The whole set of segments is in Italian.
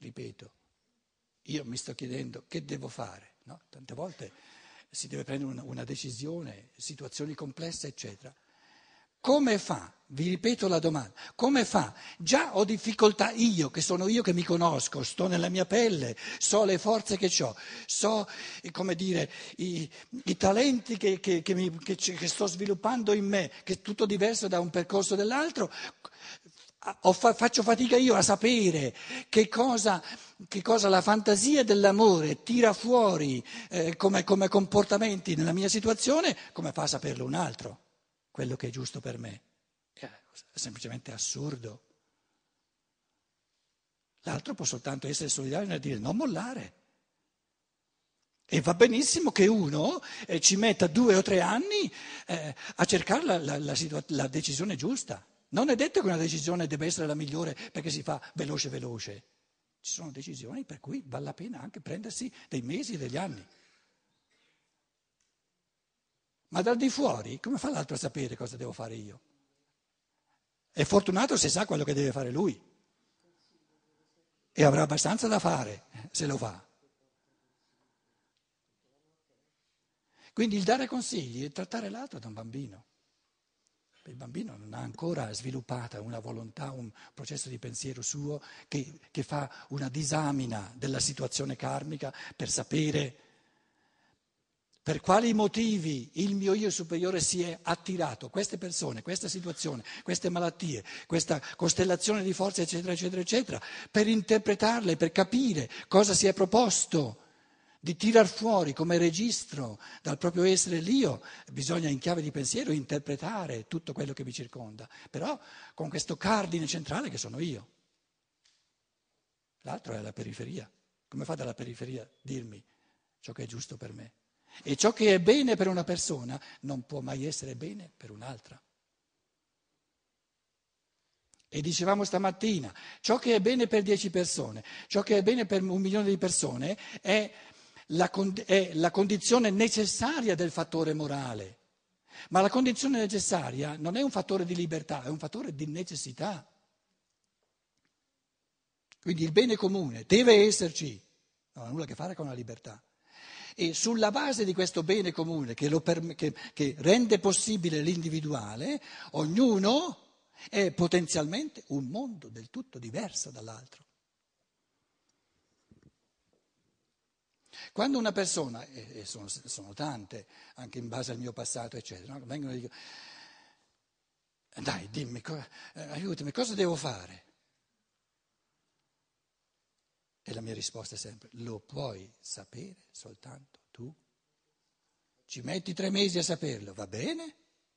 ripeto, io mi sto chiedendo che devo fare, no? Tante volte si deve prendere una decisione, situazioni complesse, eccetera. Come fa? Vi ripeto la domanda, come fa? Già ho difficoltà io, che sono io che mi conosco, sto nella mia pelle, so le forze che ho, so, come dire, i talenti che sto sviluppando in me, che è tutto diverso da un percorso dell'altro. Faccio fatica io a sapere che cosa la fantasia dell'amore tira fuori come comportamenti nella mia situazione, come fa a saperlo un altro, quello che è giusto per me. È semplicemente assurdo. L'altro può soltanto essere solidario nel dire non mollare. E va benissimo che uno ci metta 2 o 3 anni a cercare la decisione giusta. Non è detto che una decisione debba essere la migliore perché si fa veloce veloce. Ci sono decisioni per cui vale la pena anche prendersi dei mesi e degli anni. Ma dal di fuori, come fa l'altro a sapere cosa devo fare io? È fortunato se sa quello che deve fare lui e avrà abbastanza da fare se lo fa. Quindi il dare consigli è trattare l'altro da un bambino. Il bambino non ha ancora sviluppata una volontà, un processo di pensiero suo che fa una disamina della situazione karmica per sapere per quali motivi il mio io superiore si è attirato, queste persone, questa situazione, queste malattie, questa costellazione di forze, eccetera, eccetera, eccetera, per interpretarle, per capire cosa si è proposto di tirar fuori come registro dal proprio essere l'io, bisogna in chiave di pensiero interpretare tutto quello che mi circonda, però con questo cardine centrale che sono io. L'altro è la periferia. Come fa dalla periferia dirmi ciò che è giusto per me? E ciò che è bene per una persona non può mai essere bene per un'altra. E dicevamo stamattina, ciò che è bene per 10 persone, ciò che è bene per 1 milione di persone è la condizione necessaria del fattore morale. Ma la condizione necessaria non è un fattore di libertà, è un fattore di necessità. Quindi il bene comune deve esserci, non ha nulla a che fare con la libertà. E sulla base di questo bene comune che rende possibile l'individuale, ognuno è potenzialmente un mondo del tutto diverso dall'altro. Quando una persona, e sono tante, anche in base al mio passato, eccetera, no? Vengono e dicono, dai, dimmi, aiutami, cosa devo fare? E la mia risposta è sempre, lo puoi sapere soltanto tu. Ci metti 3 mesi a saperlo, va bene?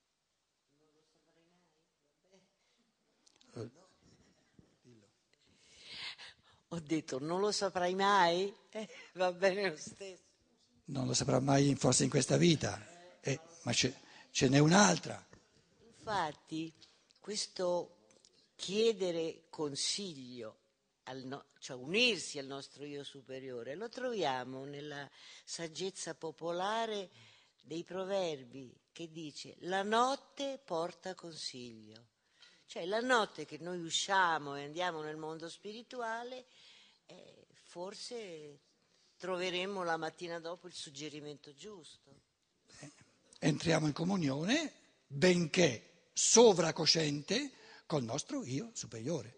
Ho detto, non lo saprai mai? Va bene lo stesso. Non lo saprà mai forse in questa vita, ma ce n'è un'altra. Infatti, questo chiedere consiglio, cioè unirsi al nostro io superiore, lo troviamo nella saggezza popolare dei proverbi che dice la notte porta consiglio. Cioè la notte che noi usciamo e andiamo nel mondo spirituale, forse troveremo la mattina dopo il suggerimento giusto. Entriamo in comunione, benché sovracosciente, col nostro io superiore.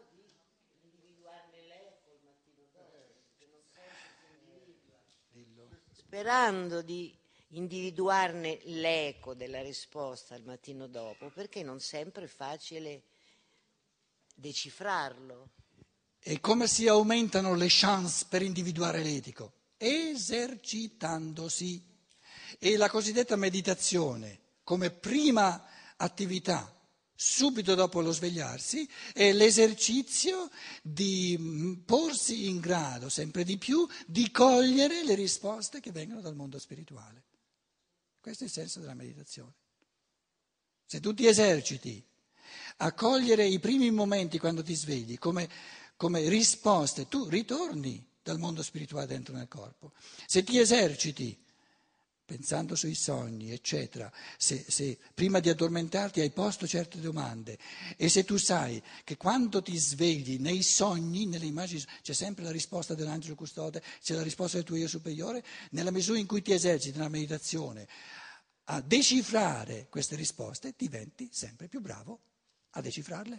Sperando di individuarne l'eco della risposta il mattino dopo, perché non sempre è facile decifrarlo. E come si aumentano le chance per individuare l'etico? Esercitandosi. E la cosiddetta meditazione, come prima attività, subito dopo lo svegliarsi, è l'esercizio di porsi in grado sempre di più di cogliere le risposte che vengono dal mondo spirituale. Questo è il senso della meditazione. Se tu ti eserciti a cogliere i primi momenti quando ti svegli come risposte, tu ritorni dal mondo spirituale dentro nel corpo. Se ti eserciti pensando sui sogni, eccetera, se prima di addormentarti hai posto certe domande e se tu sai che quando ti svegli nei sogni, nelle immagini, c'è sempre la risposta dell'angelo custode, c'è la risposta del tuo io superiore, nella misura in cui ti eserciti nella meditazione a decifrare queste risposte, diventi sempre più bravo a decifrarle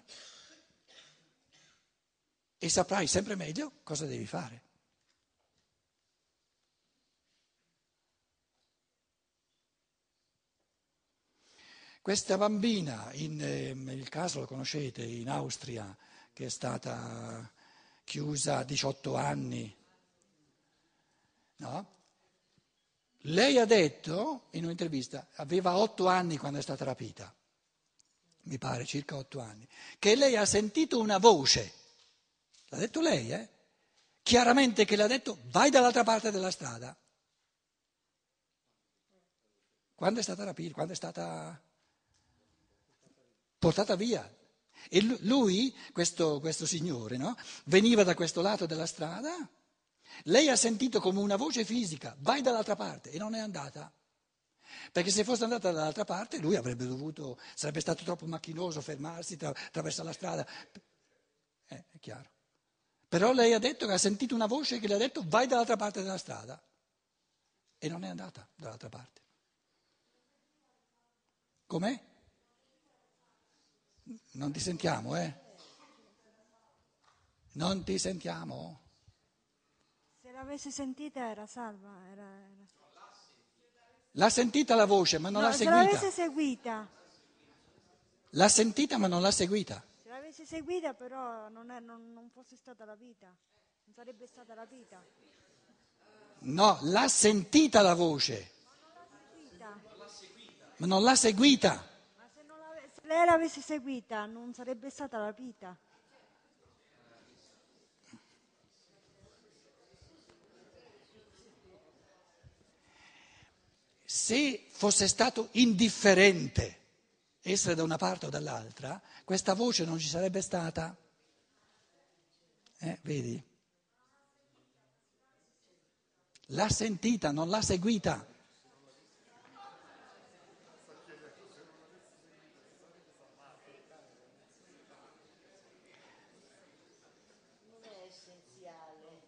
e saprai sempre meglio cosa devi fare. Questa bambina, il caso lo conoscete, in Austria, che è stata chiusa a 18 anni, no? Lei ha detto, in un'intervista, aveva 8 anni quando è stata rapita, mi pare circa 8 anni, che lei ha sentito una voce, l'ha detto lei, chiaramente che le ha detto vai dall'altra parte della strada. Quando è stata rapita, quando è stata portata via. E lui, questo signore, no? Veniva da questo lato della strada, lei ha sentito come una voce fisica, vai dall'altra parte, e non è andata. Perché se fosse andata dall'altra parte lui avrebbe dovuto, sarebbe stato troppo macchinoso fermarsi, attraversare la strada. È chiaro. Però lei ha detto che ha sentito una voce che le ha detto vai dall'altra parte della strada. E non è andata dall'altra parte. Com'è? Non ti sentiamo, eh? Non ti sentiamo? Se l'avessi sentita era salva. L'ha sentita la voce, ma non l'ha No, se seguita. l'avessi seguita. L'ha sentita, ma non l'ha seguita. Se l'avessi seguita però non fosse stata la vita. Non sarebbe stata la vita. No, l'ha sentita la voce, Seguita. ma non l'ha seguita. Ma se lei l'avesse seguita non sarebbe stata la vita. Se fosse stato indifferente essere da una parte o dall'altra, questa voce non ci sarebbe stata. Vedi? L'ha sentita, non l'ha seguita. Non è essenziale.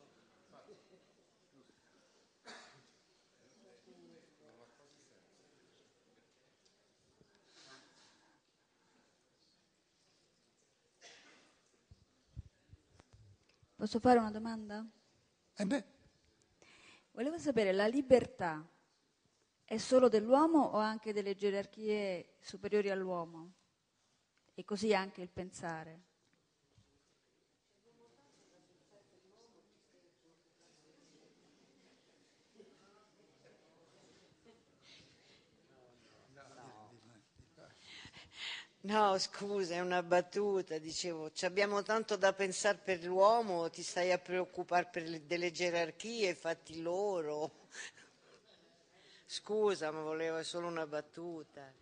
Posso fare una domanda? E beh, Volevo sapere, la libertà è solo dell'uomo o anche delle gerarchie superiori all'uomo? E così anche il pensare? No, scusa, è una battuta, dicevo, ci abbiamo tanto da pensare per l'uomo, ti stai a preoccupare delle gerarchie, fatti loro. Scusa, ma volevo, è solo una battuta.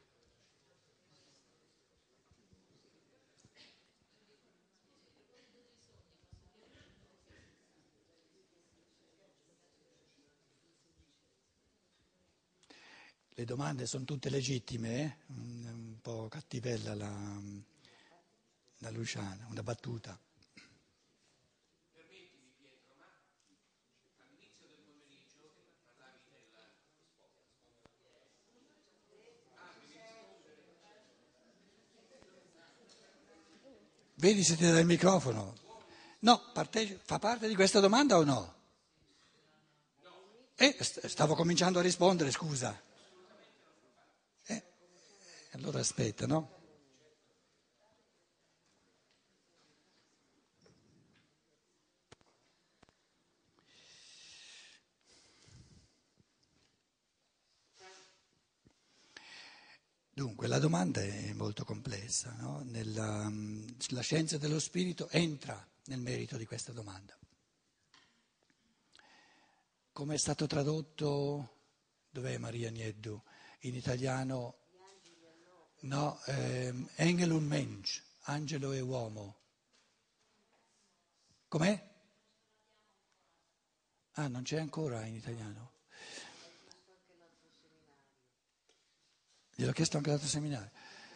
le domande sono tutte legittime, un po' cattivella la Luciana, una battuta. Vedi se ti dà il microfono. No, fa parte di questa domanda o no? Stavo cominciando a rispondere, scusa. Allora aspetta, no? Dunque, la domanda è molto complessa, no? La scienza dello spirito entra nel merito di questa domanda. Come è stato tradotto, dov'è Maria Nieddu? In italiano, no, Engel und Mensch, angelo e uomo. Com'è? Ah, non c'è ancora in italiano. gliel'ho chiesto anche all'altro seminario.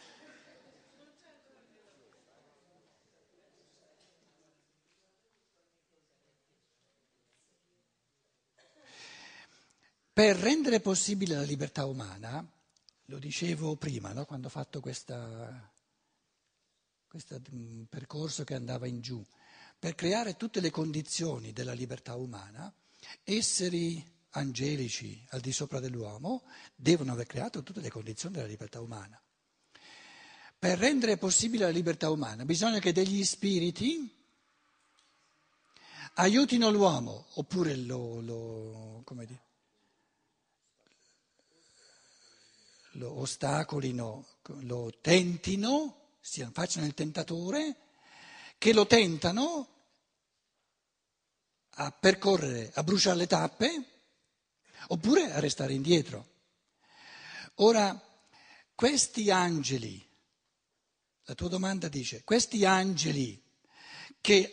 Per rendere possibile la libertà umana, lo dicevo prima, no? Quando ho fatto questo percorso che andava in giù, per creare tutte le condizioni della libertà umana, esseri angelici al di sopra dell'uomo devono aver creato tutte le condizioni della libertà umana. Per rendere possibile la libertà umana bisogna che degli spiriti aiutino l'uomo, oppure come dire, lo ostacolino, lo tentino, facciano il tentatore, che lo tentano a percorrere, a bruciare le tappe, oppure a restare indietro. Ora, questi angeli, la tua domanda dice, questi angeli che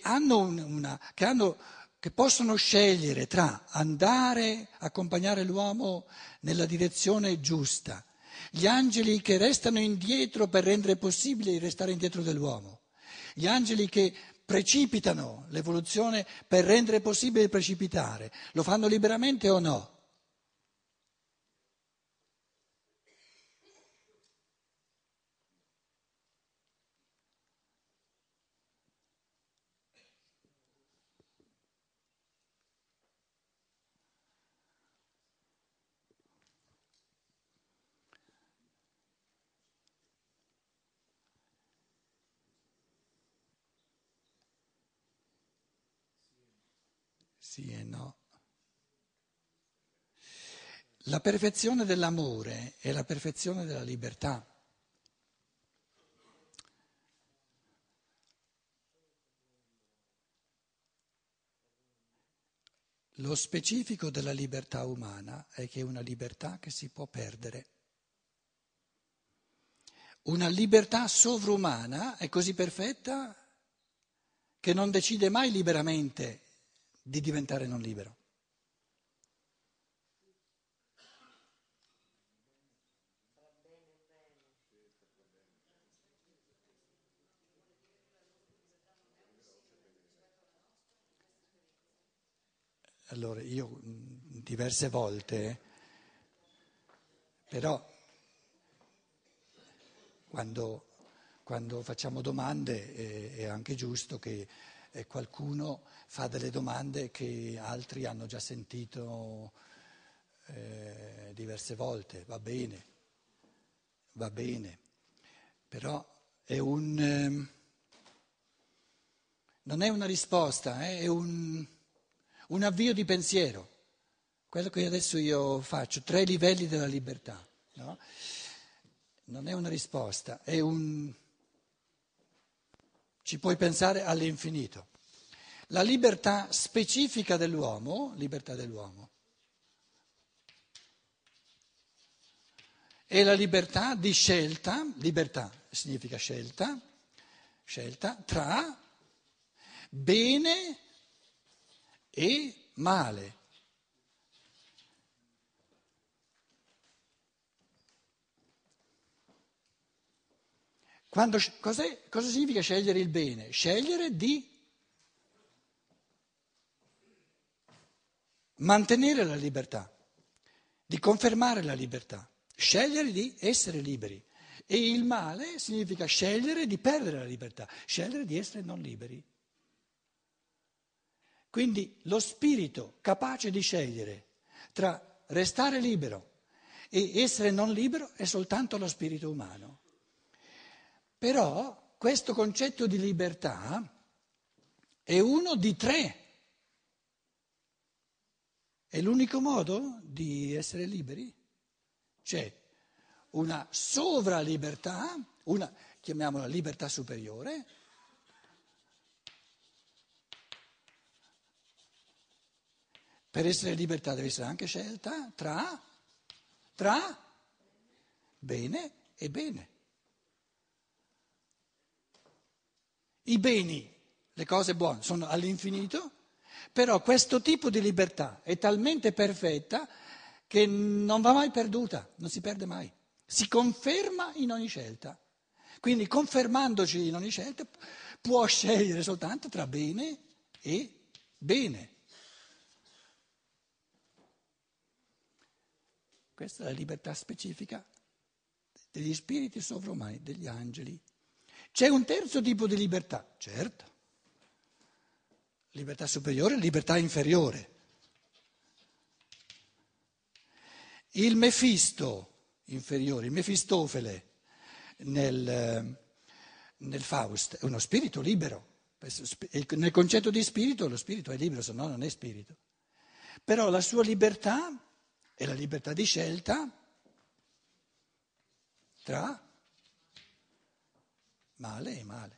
che possono scegliere tra andare a accompagnare l'uomo nella direzione giusta, gli angeli che restano indietro per rendere possibile il restare indietro dell'uomo, gli angeli che precipitano l'evoluzione per rendere possibile il precipitare, lo fanno liberamente o no? Sì e no. La perfezione dell'amore è la perfezione della libertà. Lo specifico della libertà umana è che è una libertà che si può perdere. Una libertà sovrumana è così perfetta che non decide mai liberamente di diventare non libero. Allora, io diverse volte, però quando facciamo domande è anche giusto che qualcuno fa delle domande che altri hanno già sentito diverse volte, va bene, però non è una risposta, è un avvio di pensiero, quello che adesso io faccio, 3 livelli della libertà, no? Non è una risposta, ci puoi pensare all'infinito. La libertà specifica dell'uomo, è la libertà di scelta, libertà significa scelta tra bene e male. Cosa significa scegliere il bene? Scegliere di mantenere la libertà, di confermare la libertà, scegliere di essere liberi. E il male significa scegliere di perdere la libertà, scegliere di essere non liberi. Quindi lo spirito capace di scegliere tra restare libero e essere non libero è soltanto lo spirito umano. Però questo concetto di libertà è uno di 3. È l'unico modo di essere liberi? C'è una sovralibertà, chiamiamola libertà superiore, per essere libertà deve essere anche scelta tra bene e bene. I beni, le cose buone, sono all'infinito, però questo tipo di libertà è talmente perfetta che non va mai perduta, non si perde mai. si conferma in ogni scelta. Quindi confermandoci in ogni scelta può scegliere soltanto tra bene e bene. Questa è la libertà specifica degli spiriti sovrumani, degli angeli. C'è un terzo tipo di libertà, certo. Libertà superiore e libertà inferiore. Il Mefisto inferiore, il Mefistofele nel Faust è uno spirito libero. Nel concetto di spirito lo spirito è libero, se no non è spirito. Però la sua libertà è la libertà di scelta tra male e male.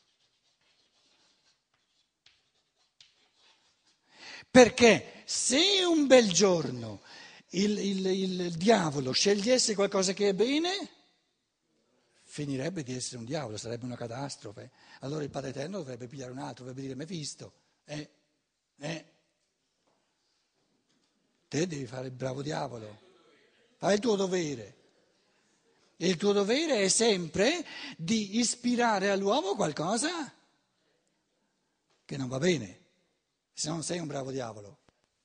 Perché se un bel giorno il diavolo scegliesse qualcosa che è bene, finirebbe di essere un diavolo, sarebbe una catastrofe. Allora il Padre Eterno dovrebbe pigliare un altro, dovrebbe dire Mefisto, te devi fare il bravo diavolo, fai il tuo dovere. E il tuo dovere è sempre di ispirare all'uomo qualcosa che non va bene, se non sei un bravo diavolo.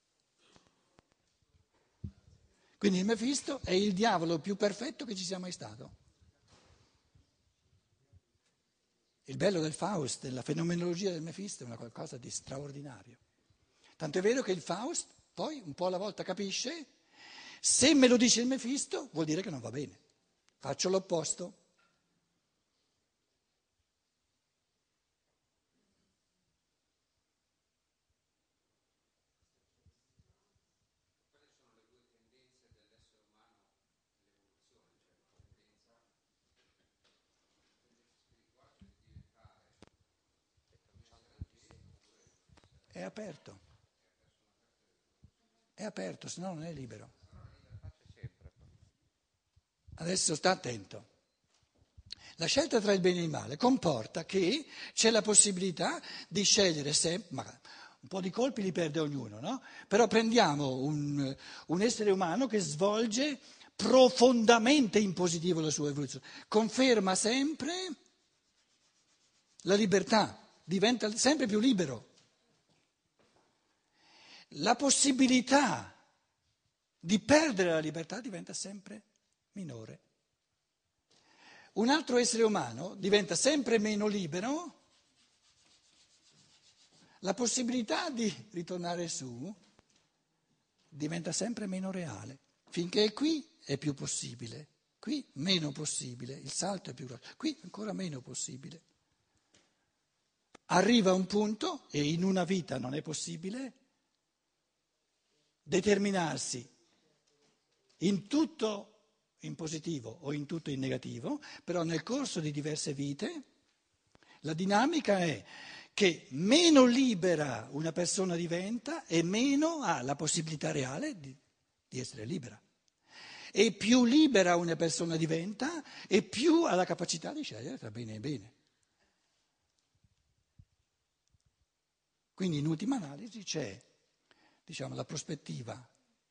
Quindi il Mefisto è il diavolo più perfetto che ci sia mai stato. Il bello del Faust, della fenomenologia del Mefisto, è una qualcosa di straordinario. Tanto è vero che il Faust poi un po' alla volta capisce, se me lo dice il Mefisto vuol dire che non va bene. Faccio l'opposto. È aperto, se no non è libero. Adesso sta attento. La scelta tra il bene e il male comporta che c'è la possibilità di scegliere sempre, ma un po' di colpi li perde ognuno, no? Però prendiamo un essere umano che svolge profondamente in positivo la sua evoluzione, conferma sempre la libertà, diventa sempre più libero. La possibilità di perdere la libertà diventa sempre minore. Un altro essere umano diventa sempre meno libero, la possibilità di ritornare su diventa sempre meno reale. Finché qui è più possibile, qui meno possibile, il salto è più grosso, qui ancora meno possibile. Arriva un punto, e in una vita non è possibile, determinarsi in tutto in positivo o in tutto in negativo, però nel corso di diverse vite la dinamica è che meno libera una persona diventa e meno ha la possibilità reale di essere libera. E più libera una persona diventa e più ha la capacità di scegliere tra bene e bene. Quindi in ultima analisi c'è, diciamo, la prospettiva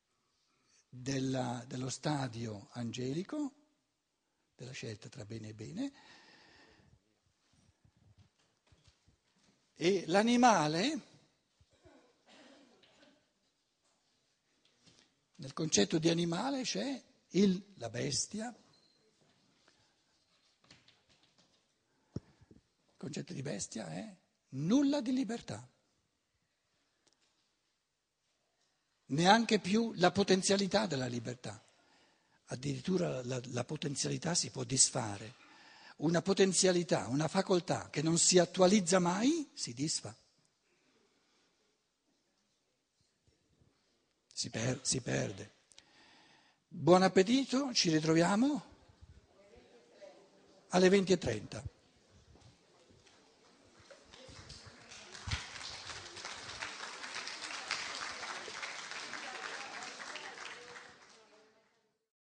dello stadio angelico, della scelta tra bene e bene, e l'animale, nel concetto di animale c'è la bestia, il concetto di bestia è nulla di libertà. Neanche più la potenzialità della libertà, addirittura la potenzialità si può disfare, una potenzialità, una facoltà che non si attualizza mai si disfa, si perde. Buon appetito, ci ritroviamo alle 20:30.